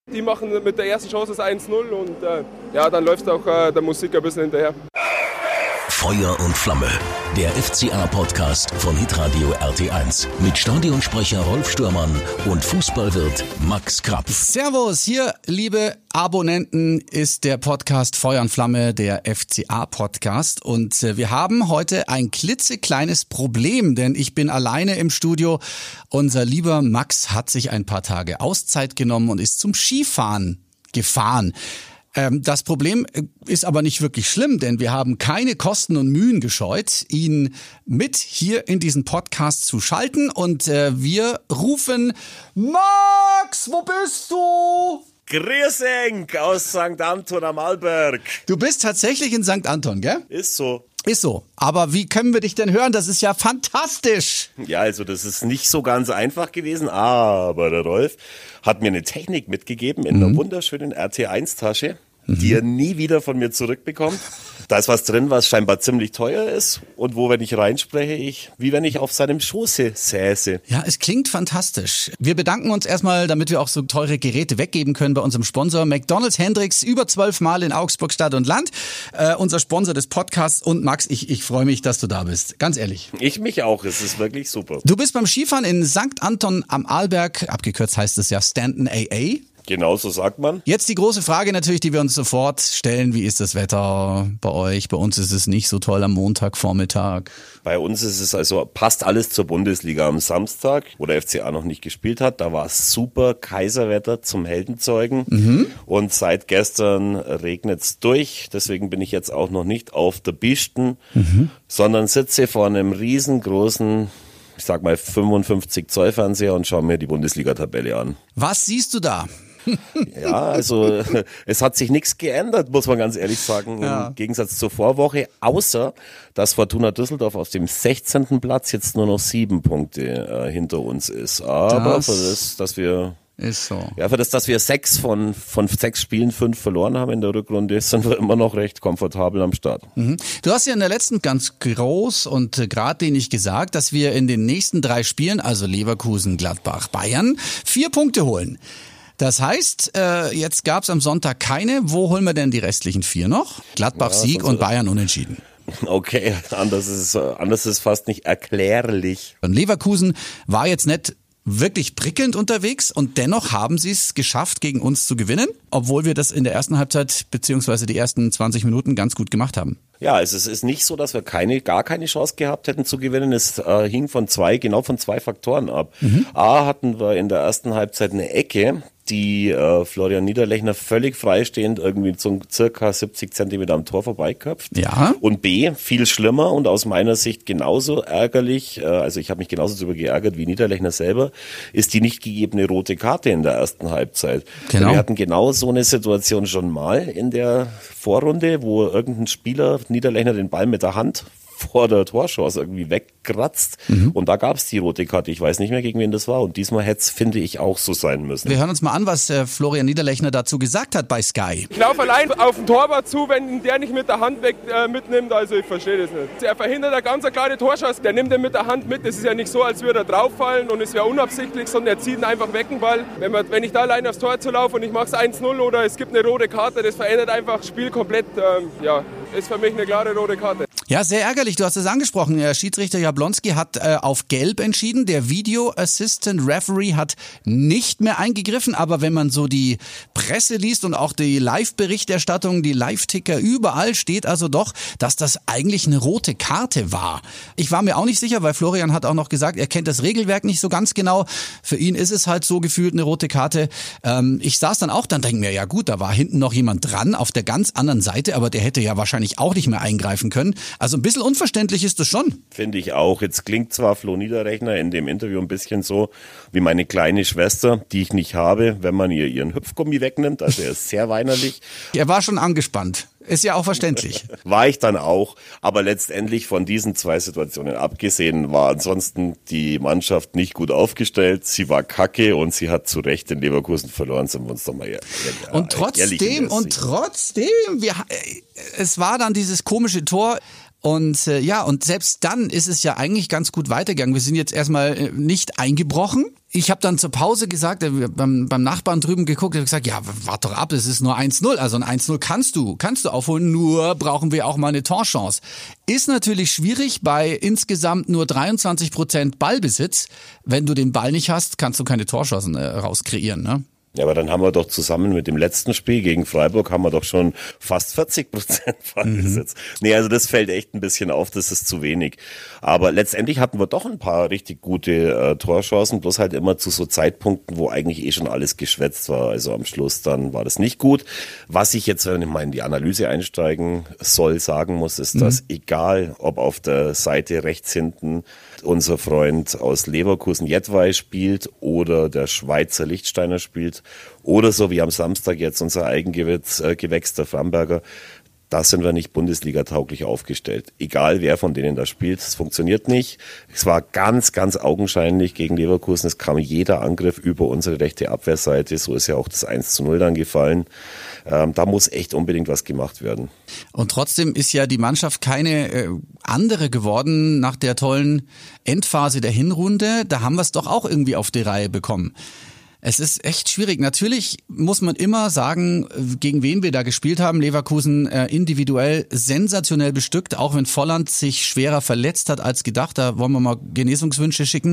Die machen mit der ersten Chance das 1-0 und dann läuft auch der Musik ein bisschen hinterher. Feuer und Flamme, der FCA-Podcast von Hitradio RT1 mit Stadionsprecher Rolf Stürmann und Fußballwirt Max Krapp. Servus, hier, liebe Abonnenten, ist der Podcast Feuer und Flamme, der FCA-Podcast. Und wir haben heute ein klitzekleines Problem, denn ich bin alleine im Studio. Unser lieber Max hat sich ein paar Tage Auszeit genommen und ist zum Skifahren gefahren. Das Problem ist aber nicht wirklich schlimm, denn wir haben keine Kosten und Mühen gescheut, ihn mit hier in diesen Podcast zu schalten. Und wir rufen: Max, wo bist du? Grüß Enk aus St. Anton am Arlberg. Du bist tatsächlich in St. Anton, gell? Ist so. Ist so. Aber wie können wir dich denn hören? Das ist ja fantastisch. Ja, also das ist nicht so ganz einfach gewesen, aber der Rolf hat mir eine Technik mitgegeben in einer wunderschönen RT1-Tasche, die er nie wieder von mir zurückbekommt. Da ist was drin, was scheinbar ziemlich teuer ist und wo, wenn ich reinspreche, wie wenn ich auf seinem Schoße säße. Ja, es klingt fantastisch. Wir bedanken uns erstmal, damit wir auch so teure Geräte weggeben können bei unserem Sponsor McDonald's Hendricks, über 12 Mal in Augsburg Stadt und Land. Unser Sponsor des Podcasts. Und Max, ich freue mich, dass du da bist. Ganz ehrlich. Ich mich auch, es ist wirklich super. Du bist beim Skifahren in St. Anton am Arlberg, abgekürzt heißt es ja Stanton AA. Genau, so sagt man. Jetzt die große Frage natürlich, die wir uns sofort stellen. Wie ist das Wetter bei euch? Bei uns ist es nicht so toll am Montagvormittag. Bei uns ist es also, passt alles zur Bundesliga am Samstag, wo der FCA noch nicht gespielt hat. Da war es super Kaiserwetter zum Heldenzeugen. Und seit gestern regnet es durch. Deswegen bin ich jetzt auch noch nicht auf der Piste, sondern sitze vor einem riesengroßen, ich sag mal 55 Zoll Fernseher und schaue mir die Bundesliga-Tabelle an. Was siehst du da? Ja, also es hat sich nichts geändert, muss man ganz ehrlich sagen, im Gegensatz zur Vorwoche, außer dass Fortuna Düsseldorf auf dem 16. Platz jetzt nur noch 7 Punkte hinter uns ist. Aber für das, dass wir... Ist so. Ja, für das, dass wir 6 von 6 Spielen 5 verloren haben in der Rückrunde, sind wir immer noch recht komfortabel am Start. Du hast ja in der letzten ganz groß und geradlinig gesagt, dass wir in den nächsten 3 Spielen, also Leverkusen, Gladbach, Bayern, 4 Punkte holen. Das heißt, jetzt gab's am Sonntag keine. Wo holen wir denn die restlichen 4 noch? Gladbach Sieg und Bayern unentschieden. Okay, anders ist fast nicht erklärlich. Und Leverkusen war jetzt nicht wirklich prickelnd unterwegs und dennoch haben sie es geschafft, gegen uns zu gewinnen, obwohl wir das in der ersten Halbzeit beziehungsweise die ersten 20 Minuten ganz gut gemacht haben. Ja, also es ist nicht so, dass wir gar keine Chance gehabt hätten zu gewinnen. Es hing von zwei Faktoren ab. A, hatten wir in der ersten Halbzeit eine Ecke, die Florian Niederlechner völlig freistehend irgendwie zum circa 70 Zentimeter am Tor vorbeiköpft. Ja. Und B, viel schlimmer und aus meiner Sicht genauso ärgerlich, also ich habe mich genauso darüber geärgert wie Niederlechner selber, ist die nicht gegebene rote Karte in der ersten Halbzeit. Genau. Wir hatten genau so eine Situation schon mal in der Vorrunde, wo irgendein Spieler Niederlechner den Ball mit der Hand vor der Torchance irgendwie wegkratzt. Und da gab es die rote Karte. Ich weiß nicht mehr, gegen wen das war. Und diesmal hätte es, finde ich, auch so sein müssen. Wir hören uns mal an, was Florian Niederlechner dazu gesagt hat bei Sky. Ich laufe allein auf den Torwart zu, wenn der nicht mit der Hand mitnimmt. Also ich verstehe das nicht. Er verhindert eine ganz klare Torchance. Der nimmt den mit der Hand mit. Das ist ja nicht so, als würde er drauffallen und es wäre unabsichtlich, sondern er zieht ihn einfach weg den Ball. Wenn ich da allein aufs Tor zu laufe und ich mache es 1-0 oder es gibt eine rote Karte, das verändert einfach das Spiel komplett. Ist für mich eine klare rote Karte. Ja, sehr ärgerlich. Du hast es angesprochen. Der Schiedsrichter Jablonski hat auf Gelb entschieden. Der Video Assistant Referee hat nicht mehr eingegriffen. Aber wenn man so die Presse liest und auch die Live-Berichterstattung, die Live-Ticker, überall steht also doch, dass das eigentlich eine rote Karte war. Ich war mir auch nicht sicher, weil Florian hat auch noch gesagt, er kennt das Regelwerk nicht so ganz genau. Für ihn ist es halt so gefühlt eine rote Karte. Ich saß dann auch, denke mir, ja gut, da war hinten noch jemand dran auf der ganz anderen Seite, aber der hätte ja wahrscheinlich auch nicht mehr eingreifen können. Also ein bisschen unverständlich ist das schon. Finde ich auch. Jetzt klingt zwar Flo Niederlechner in dem Interview ein bisschen so wie meine kleine Schwester, die ich nicht habe, wenn man ihr ihren Hüpfgummi wegnimmt. Also er ist sehr weinerlich. Er war schon angespannt. Ist ja auch verständlich. War ich dann auch. Aber letztendlich von diesen 2 Situationen abgesehen war ansonsten die Mannschaft nicht gut aufgestellt. Sie war kacke und sie hat zu Recht in Leverkusen verloren. Sind wir uns doch mal ehrlich. Und trotzdem, es war dann dieses komische Tor. Und und selbst dann ist es ja eigentlich ganz gut weitergegangen. Wir sind jetzt erstmal nicht eingebrochen. ich habe dann zur Pause gesagt, beim Nachbarn drüben geguckt, habe gesagt, ja, wart doch ab, es ist nur 1-0. Also ein 1-0 kannst du aufholen, nur brauchen wir auch mal eine Torchance. Ist natürlich schwierig bei insgesamt nur 23% Ballbesitz. Wenn du den Ball nicht hast, kannst du keine Torchancen rauskreieren, ne? Ja, aber dann haben wir doch zusammen mit dem letzten Spiel gegen Freiburg haben wir doch schon fast 40% Ballbesitz. Nee, also das fällt echt ein bisschen auf, das ist zu wenig. Aber letztendlich hatten wir doch ein paar richtig gute Torchancen, bloß halt immer zu so Zeitpunkten, wo eigentlich schon alles geschwätzt war. Also am Schluss dann war das nicht gut. Was ich jetzt, wenn ich mal in die Analyse einsteigen soll, sagen muss, ist, dass egal, ob auf der Seite rechts hinten unser Freund aus Leverkusen Jedwai spielt oder der Schweizer Lichtsteiner spielt oder so wie am Samstag jetzt unser Eigengewächs der Framberger, da sind wir nicht Bundesliga-tauglich aufgestellt. Egal wer von denen da spielt, es funktioniert nicht. Es war ganz, ganz augenscheinlich gegen Leverkusen. Es kam jeder Angriff über unsere rechte Abwehrseite. So ist ja auch das 1-0 dann gefallen. Da muss echt unbedingt was gemacht werden. Und trotzdem ist ja die Mannschaft keine andere geworden nach der tollen Endphase der Hinrunde. Da haben wir es doch auch irgendwie auf die Reihe bekommen. Es ist echt schwierig. Natürlich muss man immer sagen, gegen wen wir da gespielt haben. Leverkusen individuell sensationell bestückt, auch wenn Volland sich schwerer verletzt hat als gedacht. Da wollen wir mal Genesungswünsche schicken.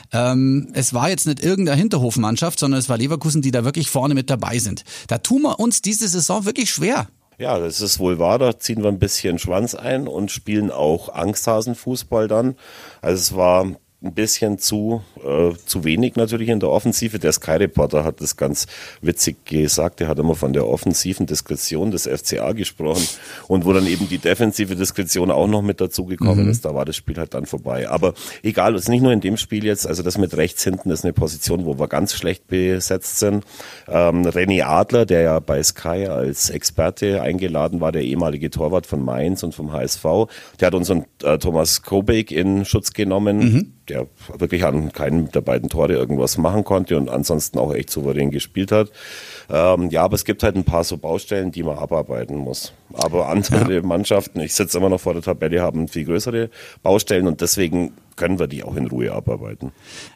Es war jetzt nicht irgendeine Hinterhofmannschaft, sondern es war Leverkusen, die da wirklich vorne mit dabei sind. Da tun wir uns diese Saison wirklich schwer. Ja, das ist wohl wahr. Da ziehen wir ein bisschen Schwanz ein und spielen auch Angsthasenfußball dann. Also es war ein bisschen zu wenig natürlich in der Offensive. Der Sky-Reporter hat das ganz witzig gesagt. Er hat immer von der offensiven Diskretion des FCA gesprochen und wo dann eben die defensive Diskretion auch noch mit dazugekommen ist, da war das Spiel halt dann vorbei. Aber egal, es ist nicht nur in dem Spiel jetzt, also das mit rechts hinten ist eine Position, wo wir ganz schlecht besetzt sind. René Adler, der ja bei Sky als Experte eingeladen war, der ehemalige Torwart von Mainz und vom HSV, der hat unseren Thomas Kobeck in Schutz genommen, der wirklich an keinem der beiden Tore irgendwas machen konnte und ansonsten auch echt souverän gespielt hat. Ja, aber es gibt halt ein paar so Baustellen, die man abarbeiten muss. Aber andere Mannschaften, ich sitze immer noch vor der Tabelle, haben viel größere Baustellen und deswegen können wir die auch in Ruhe abarbeiten.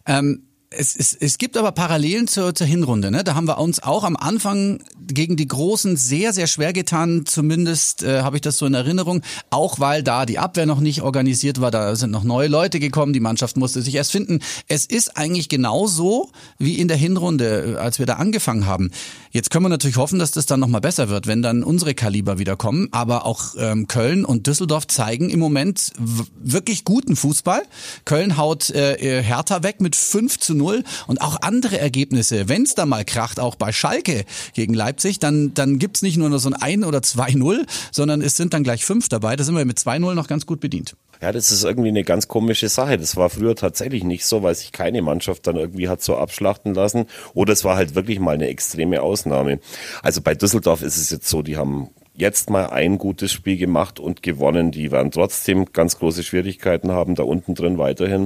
Es gibt aber Parallelen zur Hinrunde, ne? Da haben wir uns auch am Anfang gegen die Großen sehr, sehr schwer getan, zumindest habe ich das so in Erinnerung, auch weil da die Abwehr noch nicht organisiert war, da sind noch neue Leute gekommen, die Mannschaft musste sich erst finden. Es ist eigentlich genauso wie in der Hinrunde, als wir da angefangen haben. Jetzt können wir natürlich hoffen, dass das dann nochmal besser wird, wenn dann unsere Kaliber wieder kommen, aber auch Köln und Düsseldorf zeigen im Moment wirklich guten Fußball. Köln haut Hertha weg mit 5-0 und auch andere Ergebnisse. Wenn es da mal kracht, auch bei Schalke gegen Leipzig, dann gibt's nicht nur so ein 1 oder 2-0, sondern es sind dann gleich 5 dabei. Da sind wir mit 2-0 noch ganz gut bedient. Ja, das ist irgendwie eine ganz komische Sache. Das war früher tatsächlich nicht so, weil sich keine Mannschaft dann irgendwie hat so abschlachten lassen. Oder es war halt wirklich mal eine extreme Ausnahme. Also bei Düsseldorf ist es jetzt so, die haben jetzt mal ein gutes Spiel gemacht und gewonnen. Die werden trotzdem ganz große Schwierigkeiten haben, da unten drin weiterhin.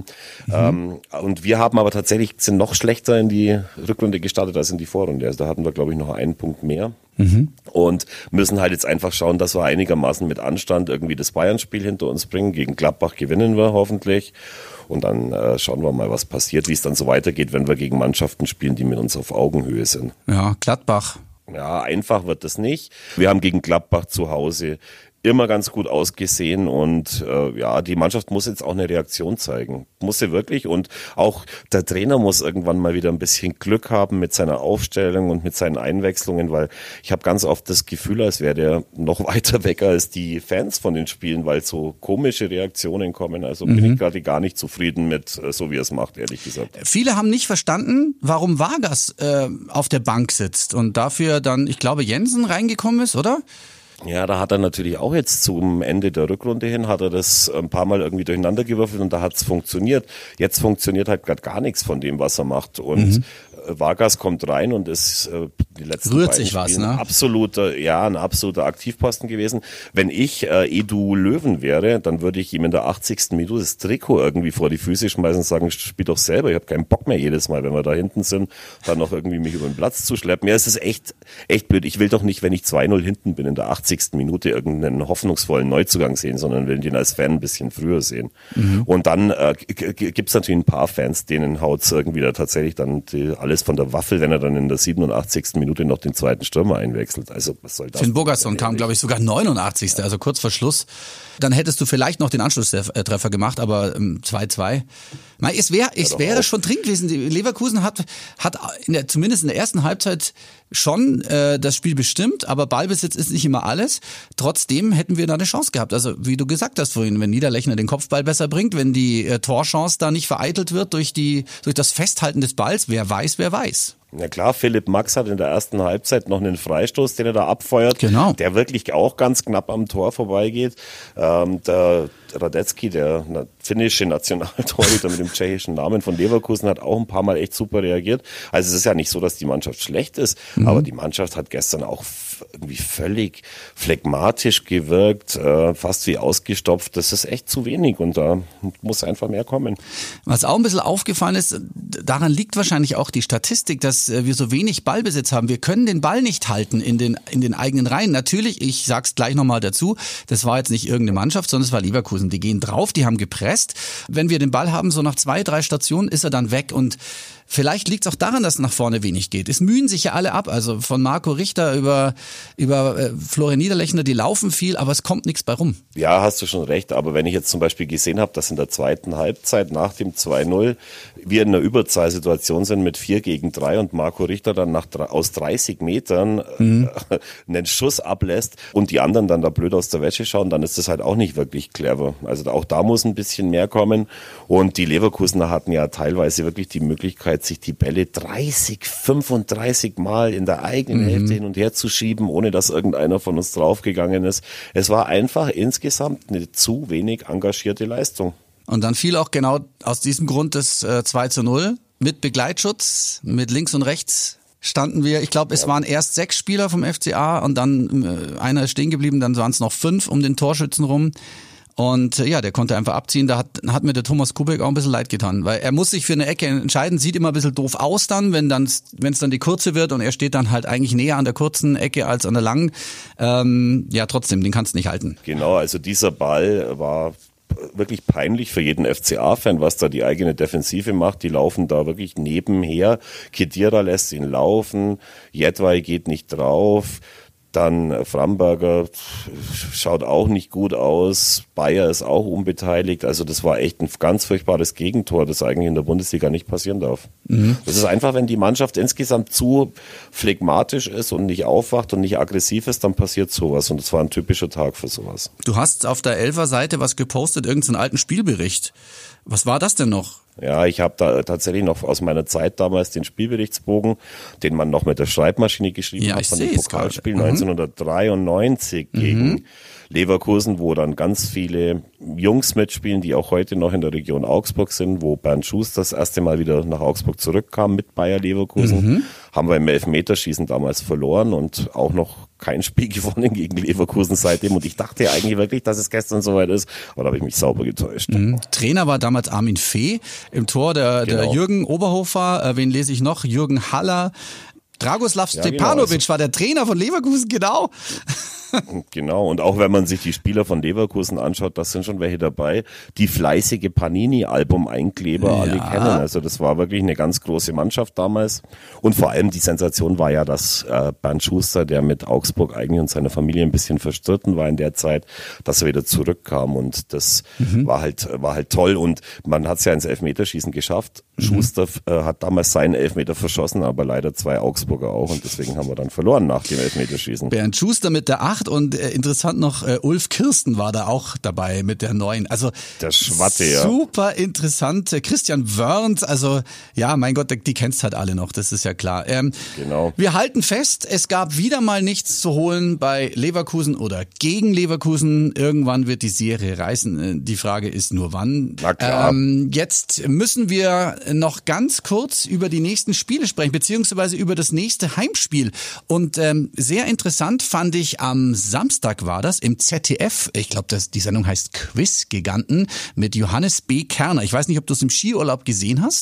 Und wir haben aber tatsächlich, sind noch schlechter in die Rückrunde gestartet als in die Vorrunde. Also da hatten wir, glaube ich, noch einen Punkt mehr. Und müssen halt jetzt einfach schauen, dass wir einigermaßen mit Anstand irgendwie das Bayern-Spiel hinter uns bringen. Gegen Gladbach gewinnen wir hoffentlich. Und dann schauen wir mal, was passiert, wie es dann so weitergeht, wenn wir gegen Mannschaften spielen, die mit uns auf Augenhöhe sind. Ja, Gladbach. Ja, einfach wird das nicht. Wir haben gegen Gladbach zu Hause immer ganz gut ausgesehen und ja, die Mannschaft muss jetzt auch eine Reaktion zeigen. Muss sie wirklich und auch der Trainer muss irgendwann mal wieder ein bisschen Glück haben mit seiner Aufstellung und mit seinen Einwechslungen, weil ich habe ganz oft das Gefühl, als wäre der noch weiter weg als die Fans von den Spielen, weil so komische Reaktionen kommen. Also bin ich gerade gar nicht zufrieden mit, so wie er es macht, ehrlich gesagt. Viele haben nicht verstanden, warum Vargas auf der Bank sitzt und dafür dann, ich glaube, Jensen reingekommen ist, oder? Ja, da hat er natürlich auch jetzt zum Ende der Rückrunde hin, hat er das ein paar Mal irgendwie durcheinander gewürfelt und da hat es funktioniert. Jetzt funktioniert halt gerade gar nichts von dem, was er macht und Vargas kommt rein und ist die letzten beiden Spiele ein absoluter Aktivposten gewesen. Wenn ich Edu Löwen wäre, dann würde ich ihm in der 80. Minute das Trikot irgendwie vor die Füße schmeißen und sagen, spiel doch selber, ich habe keinen Bock mehr jedes Mal, wenn wir da hinten sind, dann noch irgendwie mich über den Platz zu schleppen. Ja, es ist echt echt blöd. Ich will doch nicht, wenn ich 2-0 hinten bin in der 80. Minute irgendeinen hoffnungsvollen Neuzugang sehen, sondern will den als Fan ein bisschen früher sehen. Und dann gibt's natürlich ein paar Fans, denen haut's irgendwie da tatsächlich dann alles von der Waffel, wenn er dann in der 87. Minute noch den zweiten Stürmer einwechselt. Also was soll das? Finn Bogason kam, glaube ich, sogar 89. Also kurz vor Schluss. Dann hättest du vielleicht noch den Anschlusstreffer gemacht, aber 2-2. Es wäre schon dringend gewesen. Leverkusen hat zumindest in der ersten Halbzeit schon das Spiel bestimmt, aber Ballbesitz ist nicht immer alles. Trotzdem hätten wir da eine Chance gehabt. Also wie du gesagt hast vorhin, wenn Niederlechner den Kopfball besser bringt, wenn die Torchance da nicht vereitelt wird durch das Festhalten des Balls, wer weiß. Ja klar, Philipp Max hat in der ersten Halbzeit noch einen Freistoß, den er da abfeuert, genau, der wirklich auch ganz knapp am Tor vorbeigeht. Der Radetzky, der finnische Nationaltorhüter mit dem tschechischen Namen von Leverkusen, hat auch ein paar Mal echt super reagiert. Also es ist ja nicht so, dass die Mannschaft schlecht ist, aber die Mannschaft hat gestern auch irgendwie völlig phlegmatisch gewirkt, fast wie ausgestopft. Das ist echt zu wenig und da muss einfach mehr kommen. Was auch ein bisschen aufgefallen ist, daran liegt wahrscheinlich auch die Statistik, dass wir so wenig Ballbesitz haben. Wir können den Ball nicht halten in den eigenen Reihen. Natürlich, ich sag's gleich nochmal dazu, das war jetzt nicht irgendeine Mannschaft, sondern es war Leverkusen. Die gehen drauf, die haben gepresst. Wenn wir den Ball haben, so nach 2-3 Stationen ist er dann weg und vielleicht liegt es auch daran, dass nach vorne wenig geht. Es mühen sich ja alle ab, also von Marco Richter über Florian Niederlechner, die laufen viel, aber es kommt nichts bei rum. Ja, hast du schon recht, aber wenn ich jetzt zum Beispiel gesehen habe, dass in der zweiten Halbzeit nach dem 2-0 wir in einer Überzahlsituation sind mit 4-3 und Marco Richter dann aus 30 Metern einen Schuss ablässt und die anderen dann da blöd aus der Wäsche schauen, dann ist das halt auch nicht wirklich clever. Also auch da muss ein bisschen mehr kommen und die Leverkusener hatten ja teilweise wirklich die Möglichkeit, sich die Bälle 30, 35 Mal in der eigenen Hälfte hin und her zu schieben, ohne dass irgendeiner von uns draufgegangen ist. Es war einfach insgesamt eine zu wenig engagierte Leistung. Und dann fiel auch genau aus diesem Grund das 2-0 mit Begleitschutz, mit links und rechts standen wir. Ich glaube, es waren erst 6 Spieler vom FCA und dann einer ist stehen geblieben, dann waren es noch 5 um den Torschützen rum. Und ja, der konnte einfach abziehen. Da hat mir der Thomas Kubek auch ein bisschen leid getan, weil er muss sich für eine Ecke entscheiden, sieht immer ein bisschen doof aus dann, wenn es dann die kurze wird und er steht dann halt eigentlich näher an der kurzen Ecke als an der langen. Ja, trotzdem, den kannst du nicht halten. Genau, also dieser Ball war wirklich peinlich für jeden FCA-Fan, was da die eigene Defensive macht. Die laufen da wirklich nebenher. Khedira lässt ihn laufen, Jedwai geht nicht drauf. Dann Framberger schaut auch nicht gut aus, Bayer ist auch unbeteiligt, also das war echt ein ganz furchtbares Gegentor, das eigentlich in der Bundesliga nicht passieren darf. Das ist einfach, wenn die Mannschaft insgesamt zu phlegmatisch ist und nicht aufwacht und nicht aggressiv ist, dann passiert sowas und das war ein typischer Tag für sowas. Du hast auf der Elfer-Seite was gepostet, irgendeinen alten Spielbericht. Was war das denn noch? Ja, ich habe da tatsächlich noch aus meiner Zeit damals den Spielberichtsbogen, den man noch mit der Schreibmaschine geschrieben hat, von dem Pokalspiel 1993 gegen Leverkusen, wo dann ganz viele Jungs mitspielen, die auch heute noch in der Region Augsburg sind, wo Bernd Schuster das erste Mal wieder nach Augsburg zurückkam mit Bayer Leverkusen. Haben wir im Elfmeterschießen damals verloren und auch noch kein Spiel gewonnen gegen Leverkusen seitdem. Und ich dachte eigentlich wirklich, dass es gestern soweit ist, aber da habe ich mich sauber getäuscht. Trainer war damals Armin Fee, im Tor der Jürgen Oberhofer, wen lese ich noch? Jürgen Haller. Dragoslav Stepanovic war der Trainer von Leverkusen, genau. Genau, und auch wenn man sich die Spieler von Leverkusen anschaut, da sind schon welche dabei, die fleißige Panini-Album-Einkleber alle kennen. Also das war wirklich eine ganz große Mannschaft damals. Und vor allem die Sensation war ja, dass Bernd Schuster, der mit Augsburg eigentlich und seiner Familie ein bisschen verstritten war in der Zeit, dass er wieder zurückkam. Und das war halt toll. Und man hat es ja ins Elfmeterschießen geschafft. Schuster hat damals seinen Elfmeter verschossen, aber leider 2 Augsburger auch. Und deswegen haben wir dann verloren nach dem Elfmeterschießen. Bernd Schuster mit der 8 und interessant noch, Ulf Kirsten war da auch dabei mit der 9. Also der Schwatte, super interessant. Christian Wörns, also ja, mein Gott, die kennst halt alle noch, das ist ja klar. Genau. Wir halten fest, es gab wieder mal nichts zu holen bei Leverkusen oder gegen Leverkusen. Irgendwann wird die Serie reißen. Die Frage ist nur wann. Na klar. Jetzt müssen wir noch ganz kurz über die nächsten Spiele sprechen, beziehungsweise über das nächste Heimspiel. Und sehr interessant fand ich, am Samstag war das im ZDF, ich glaube, die Sendung heißt Quiz-Giganten mit Johannes B. Kerner. Ich weiß nicht, ob du es im Skiurlaub gesehen hast.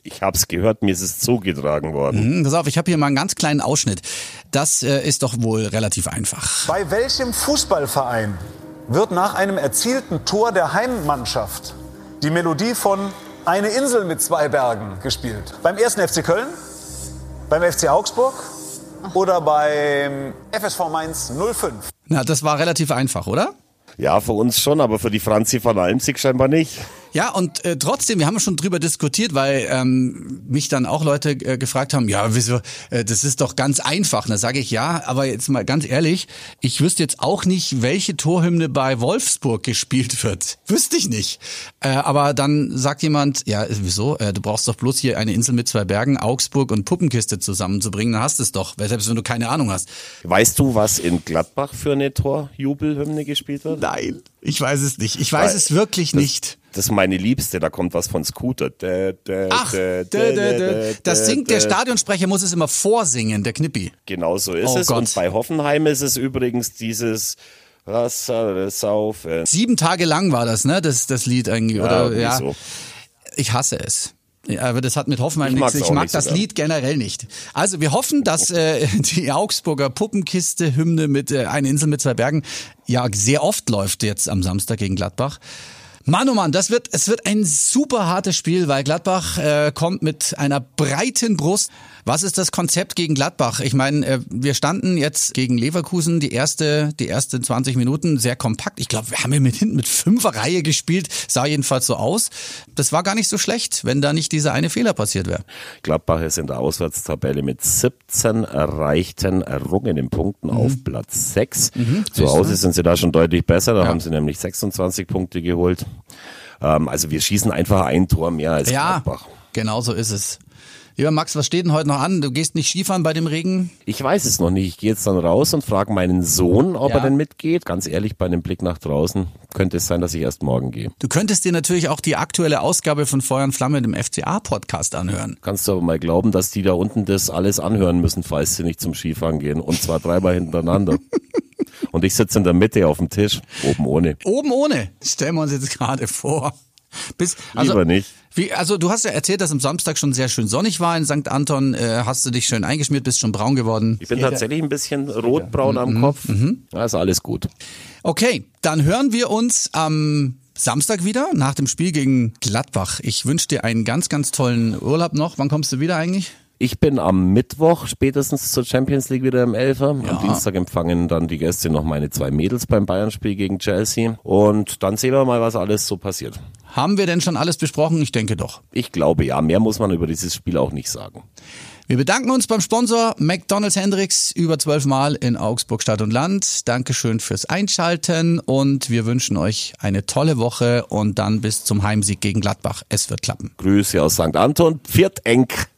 Ich hab's gehört, mir ist es zugetragen worden. Pass auf, ich habe hier mal einen ganz kleinen Ausschnitt. Das ist doch wohl relativ einfach. Bei welchem Fußballverein wird nach einem erzielten Tor der Heimmannschaft die Melodie von Eine Insel mit 2 Bergen gespielt? Beim 1. FC Köln, beim FC Augsburg oder beim FSV Mainz 05? Na, das war relativ einfach, oder? Ja, für uns schon, aber für die Franzi von Almsig scheinbar nicht. Ja, und trotzdem, wir haben schon drüber diskutiert, weil mich dann auch Leute gefragt haben, ja, wieso, das ist doch ganz einfach. Da sage ich, ja, aber jetzt mal ganz ehrlich, ich wüsste jetzt auch nicht, welche Torhymne bei Wolfsburg gespielt wird. Wüsste ich nicht. Aber dann sagt jemand, ja, wieso? Du brauchst doch bloß hier eine Insel mit 2 Bergen, Augsburg und Puppenkiste zusammenzubringen, dann hast du es doch, selbst wenn du keine Ahnung hast. Weißt du, was in Gladbach für eine Torjubelhymne gespielt wird? Nein, ich weiß es nicht. Ich weiß es wirklich nicht. Das ist meine Liebste, da kommt was von Scooter. Das singt der Stadionsprecher, muss es immer vorsingen, der Knippi. Genau so ist es. Gott. Und bei Hoffenheim ist es übrigens dieses Saufen. 7 Tage lang war das, ne? Das Lied eigentlich, oder? Ja. So. Ich hasse es. Ja, aber das hat mit Hoffenheim nichts. Ich mag das sogar. Lied generell nicht. Also wir hoffen, dass die Augsburger Puppenkiste-Hymne mit Eine Insel mit 2 Bergen ja sehr oft läuft jetzt am Samstag gegen Gladbach. Mann, oh Mann, es wird ein super hartes Spiel, weil Gladbach kommt mit einer breiten Brust. Was ist das Konzept gegen Gladbach? Ich meine, wir standen jetzt gegen Leverkusen die erste 20 Minuten sehr kompakt. Ich glaube, wir haben mit hinten mit 5er Reihe gespielt, sah jedenfalls so aus. Das war gar nicht so schlecht, wenn da nicht dieser eine Fehler passiert wäre. Gladbach ist in der Auswärtstabelle mit 17 erreichten errungenen Punkten auf Platz 6. Zu Hause sind sie da schon deutlich besser, da haben sie nämlich 26 Punkte geholt. Also wir schießen einfach ein Tor mehr als Gladbach. Genau so ist es. Lieber Max, was steht denn heute noch an? Du gehst nicht Skifahren bei dem Regen? Ich weiß es noch nicht. Ich gehe jetzt dann raus und frage meinen Sohn, ob er denn mitgeht. Ganz ehrlich, bei einem Blick nach draußen könnte es sein, dass ich erst morgen gehe. Du könntest dir natürlich auch die aktuelle Ausgabe von Feuer und Flamme, dem FCA-Podcast, anhören. Kannst du aber mal glauben, dass die da unten das alles anhören müssen, falls sie nicht zum Skifahren gehen. Und zwar 3-mal hintereinander. Und ich sitze in der Mitte auf dem Tisch, oben ohne. Oben ohne? Stellen wir uns jetzt gerade vor. Lieber nicht. Also du hast ja erzählt, dass am Samstag schon sehr schön sonnig war in St. Anton. Hast du dich schön eingeschmiert, bist schon braun geworden? Ich bin tatsächlich ein bisschen rotbraun am Kopf. Da ist alles gut. Okay, dann hören wir uns am Samstag wieder nach dem Spiel gegen Gladbach. Ich wünsche dir einen ganz, ganz tollen Urlaub noch. Wann kommst du wieder eigentlich? Ich bin am Mittwoch spätestens zur Champions League wieder im Elfer. Am Dienstag empfangen dann die Gäste noch meine 2 Mädels beim Bayern-Spiel gegen Chelsea. Und dann sehen wir mal, was alles so passiert. Haben wir denn schon alles besprochen? Ich denke doch. Ich glaube ja, mehr muss man über dieses Spiel auch nicht sagen. Wir bedanken uns beim Sponsor McDonald's Hendricks über 12 Mal in Augsburg Stadt und Land. Dankeschön fürs Einschalten und wir wünschen euch eine tolle Woche und dann bis zum Heimsieg gegen Gladbach. Es wird klappen. Grüße aus St. Anton. Pfiat Enk.